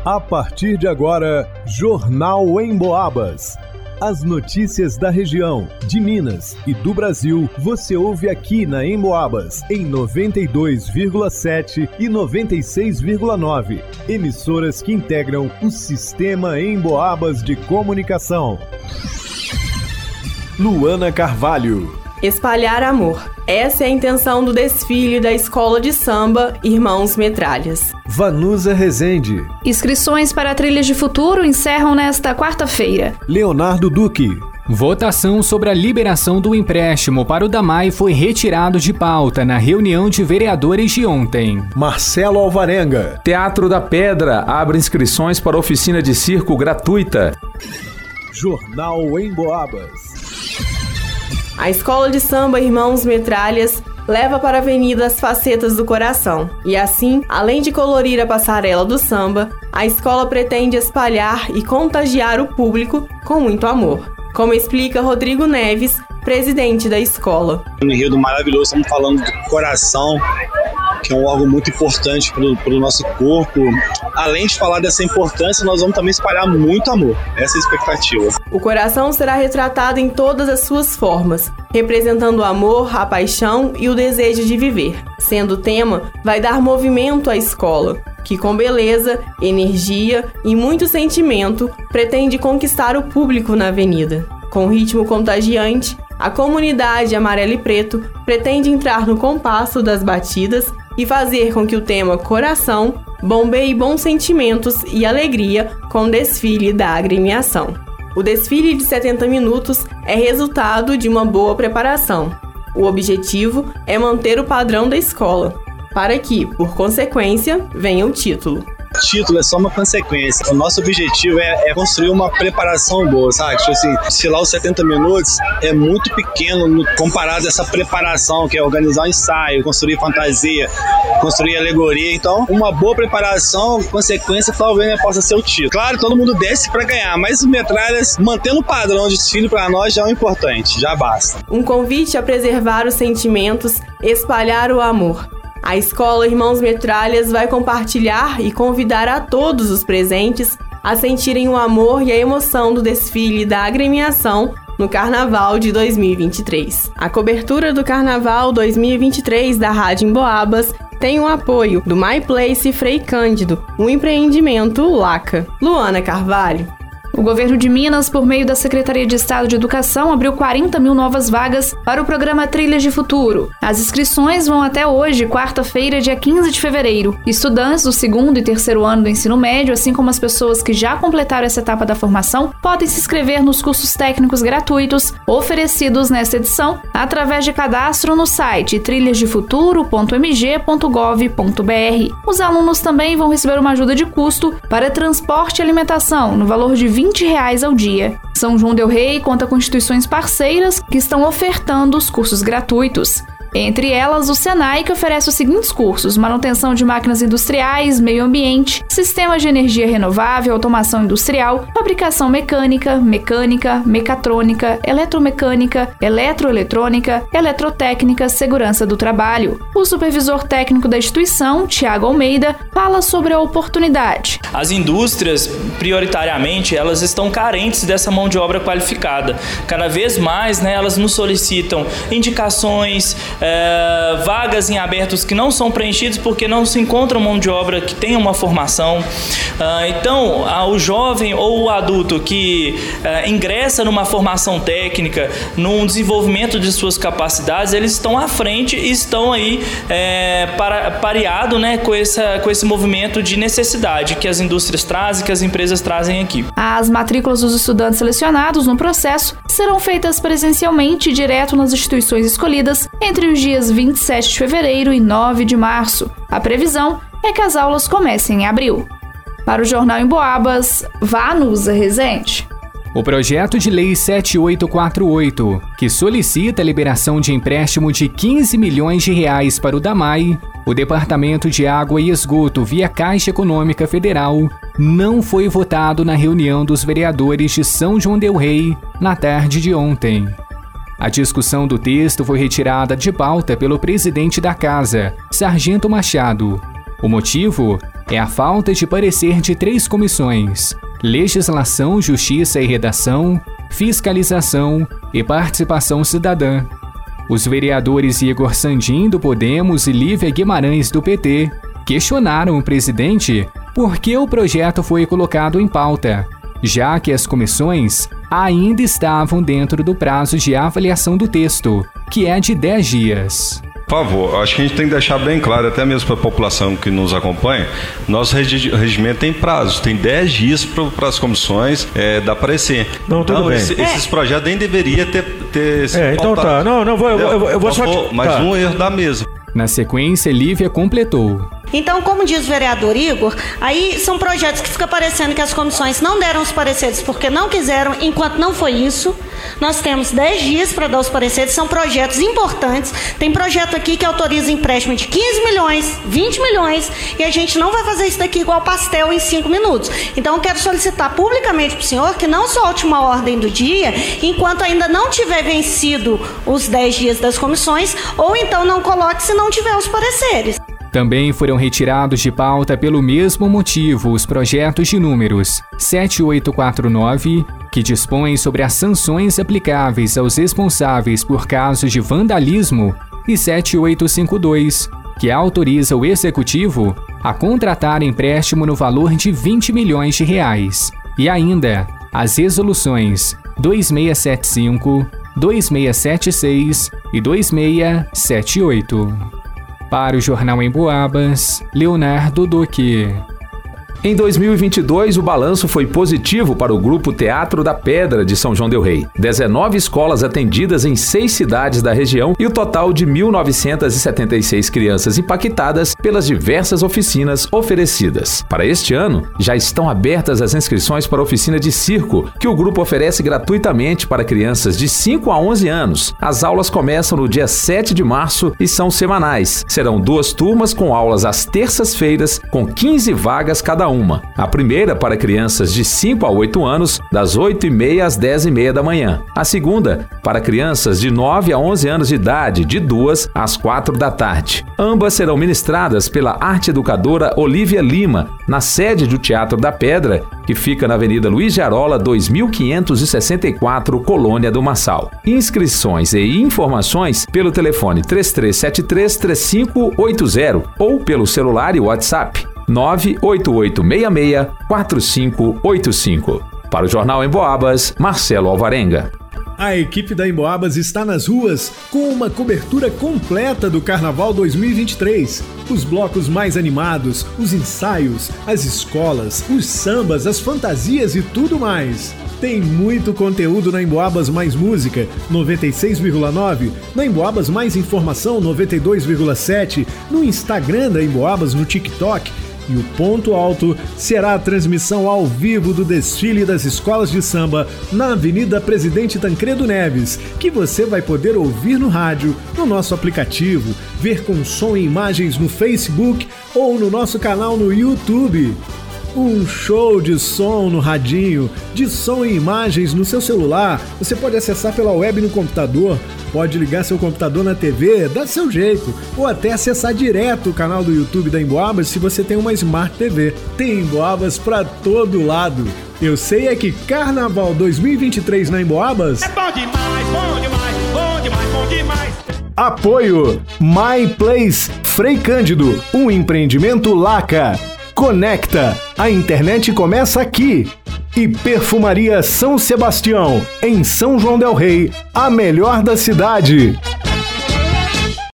A partir de agora, Jornal Emboabas. As notícias da região, de Minas e do Brasil, você ouve aqui na Emboabas, em 92,7 e 96,9. Emissoras que integram o Sistema Emboabas de Comunicação. Luana Carvalho. Espalhar amor. Essa é a intenção do desfile da Escola de Samba Irmãos Metralhas. Vanusa Rezende. Inscrições para Trilhas de Futuro encerram nesta quarta-feira. Leonardo Duque. Votação sobre a liberação do empréstimo para o DAMAI foi retirado de pauta na reunião de vereadores de ontem. Marcelo Alvarenga. Teatro da Pedra abre inscrições para oficina de circo gratuita. Jornal Emboabas. A Escola de Samba Irmãos Metralhas leva para a avenida as facetas do coração. E assim, além de colorir a passarela do samba, a escola pretende espalhar e contagiar o público com muito amor. Como explica Rodrigo Neves, presidente da escola. Um enredo maravilhoso, estamos falando do coração, que é um órgão muito importante para o nosso corpo. Além de falar dessa importância, nós vamos também espalhar muito amor. Essa é a expectativa. O coração será retratado em todas as suas formas, representando o amor, a paixão e o desejo de viver. Sendo o tema, vai dar movimento à escola, que com beleza, energia e muito sentimento pretende conquistar o público na avenida. Com ritmo contagiante, a comunidade amarelo e preto pretende entrar no compasso das batidas e fazer com que o tema Coração bombeie bons sentimentos e alegria com o desfile da agremiação. O desfile de 70 minutos é resultado de uma boa preparação. O objetivo é manter o padrão da escola, para que, por consequência, venha o título. O título é só uma consequência. O nosso objetivo é construir uma preparação boa, sabe? Tipo assim, desfilar os 70 minutos é muito pequeno comparado a essa preparação, que é organizar um ensaio, construir fantasia, construir alegoria. Então, uma boa preparação, consequência, talvez possa ser o título. Claro, todo mundo desce para ganhar, mas o Metralhas, mantendo o padrão de desfile para nós, já é o importante, já basta. Um convite a preservar os sentimentos, espalhar o amor. A Escola Irmãos Metralhas vai compartilhar e convidar a todos os presentes a sentirem o amor e a emoção do desfile da agremiação no Carnaval de 2023. A cobertura do Carnaval 2023 da Rádio Emboabas tem o apoio do My Place Frei Cândido, um empreendimento LACA. Luana Carvalho. O governo de Minas, por meio da Secretaria de Estado de Educação, abriu 40 mil novas vagas para o programa Trilhas de Futuro. As inscrições vão até hoje, quarta-feira, dia 15 de fevereiro. Estudantes do segundo e terceiro ano do ensino médio, assim como as pessoas que já completaram essa etapa da formação, podem se inscrever nos cursos técnicos gratuitos oferecidos nesta edição através de cadastro no site trilhasdefuturo.mg.gov.br. Os alunos também vão receber uma ajuda de custo para transporte e alimentação, no valor de R$ 20 ao dia. São João del Rei conta com instituições parceiras que estão ofertando os cursos gratuitos. Entre elas, o Senai, que oferece os seguintes cursos: manutenção de máquinas industriais, meio ambiente, sistemas de energia renovável, automação industrial, fabricação mecânica, mecatrônica, eletromecânica, eletroeletrônica, eletrotécnica, segurança do trabalho. O supervisor técnico da instituição, Tiago Almeida, fala sobre a oportunidade. As indústrias, prioritariamente, elas estão carentes dessa mão de obra qualificada. Cada vez mais, elas nos solicitam indicações, vagas em abertos que não são preenchidos porque não se encontra mão de obra que tenha uma formação. Então, o jovem ou o adulto que ingressa numa formação técnica, num desenvolvimento de suas capacidades, eles estão à frente e estão aí pareado, com esse movimento de necessidade que as indústrias trazem, que as empresas trazem aqui. As matrículas dos estudantes selecionados no processo serão feitas presencialmente direto nas instituições escolhidas entre os dias 27 de fevereiro e 9 de março. A previsão é que as aulas comecem em abril. Para o Jornal Emboabas, Vanusa Rezende. O projeto de lei 7848, que solicita a liberação de empréstimo de R$15 milhões para o DAMAI, o Departamento de Água e Esgoto via Caixa Econômica Federal, não foi votado na reunião dos vereadores de São João del Rei na tarde de ontem. A discussão do texto foi retirada de pauta pelo presidente da Casa, Sargento Machado. O motivo? é a falta de parecer de 3 comissões: Legislação, Justiça e Redação, Fiscalização e Participação Cidadã. Os vereadores Igor Sandin, do Podemos, e Lívia Guimarães, do PT, questionaram o presidente por que o projeto foi colocado em pauta, já que as comissões ainda estavam dentro do prazo de avaliação do texto, que é de 10 dias. Por favor, acho que a gente tem que deixar bem claro, até mesmo para a população que nos acompanha, nosso regimento tem prazo, tem 10 dias para as comissões dar parecer. Não, tudo bem. Esses projetos nem deveriam ter então tá, eu vou só... Mais um erro da mesa. Na sequência, Lívia completou. Então, como diz o vereador Igor, aí são projetos que fica parecendo que as comissões não deram os pareceres porque não quiseram, enquanto não foi isso. Nós temos 10 dias para dar os pareceres, são projetos importantes. Tem projeto aqui que autoriza empréstimo de 15 milhões, 20 milhões, e a gente não vai fazer isso daqui igual pastel em 5 minutos. Então, eu quero solicitar publicamente para o senhor que não solte uma ordem do dia enquanto ainda não tiver vencido os 10 dias das comissões, ou então não coloque se não tiver os pareceres. Também foram retirados de pauta pelo mesmo motivo os projetos de números 7849, que dispõem sobre as sanções aplicáveis aos responsáveis por casos de vandalismo, e 7852, que autoriza o Executivo a contratar empréstimo no valor de 20 milhões de reais. E ainda as resoluções 2675, 2676 e 2678. Para o Jornal em Boabas, Leonardo Duque. Em 2022, o balanço foi positivo para o Grupo Teatro da Pedra de São João del Rei. 19 escolas atendidas em 6 cidades da região e o total de 1.976 crianças impactadas pelas diversas oficinas oferecidas. Para este ano, já estão abertas as inscrições para a oficina de circo, que o grupo oferece gratuitamente para crianças de 5 a 11 anos. As aulas começam no dia 7 de março e são semanais. Serão 2 turmas com aulas às terças-feiras, com 15 vagas cada uma. A primeira para crianças de 5 a 8 anos, das 8h30 às 10h30 da manhã. A segunda para crianças de 9 a 11 anos de idade, de 2 às 4 da tarde. Ambas serão ministradas pela arte educadora Olívia Lima, na sede do Teatro da Pedra, que fica na Avenida Luiz de Arola, 2564, Colônia do Marçal. Inscrições e informações pelo telefone 3373-3580 ou pelo celular e WhatsApp 98866-4585. Para o Jornal em Boabas, Marcelo Alvarenga. A equipe da Emboabas está nas ruas com uma cobertura completa do Carnaval 2023. Os blocos mais animados, os ensaios, as escolas, os sambas, as fantasias e tudo mais. Tem muito conteúdo na Emboabas Mais Música, 96,9, na Emboabas Mais Informação, 92,7, no Instagram da Emboabas, no TikTok. E o ponto alto será a transmissão ao vivo do desfile das escolas de samba na Avenida Presidente Tancredo Neves, que você vai poder ouvir no rádio, no nosso aplicativo, ver com som e imagens no Facebook ou no nosso canal no YouTube. Um show de som no radinho, de som e imagens no seu celular. Você pode acessar pela web no computador, pode ligar seu computador na TV, dá seu jeito, ou até acessar direto o canal do YouTube da Emboabas se você tem uma Smart TV. Tem Emboabas pra todo lado. Eu sei é que Carnaval 2023 na Emboabas é bom demais, bom demais, bom demais, bom demais. Apoio My Place Frei Cândido, um empreendimento Laca. Conecta, a internet começa aqui. E Perfumaria São Sebastião, em São João del Rei, a melhor da cidade.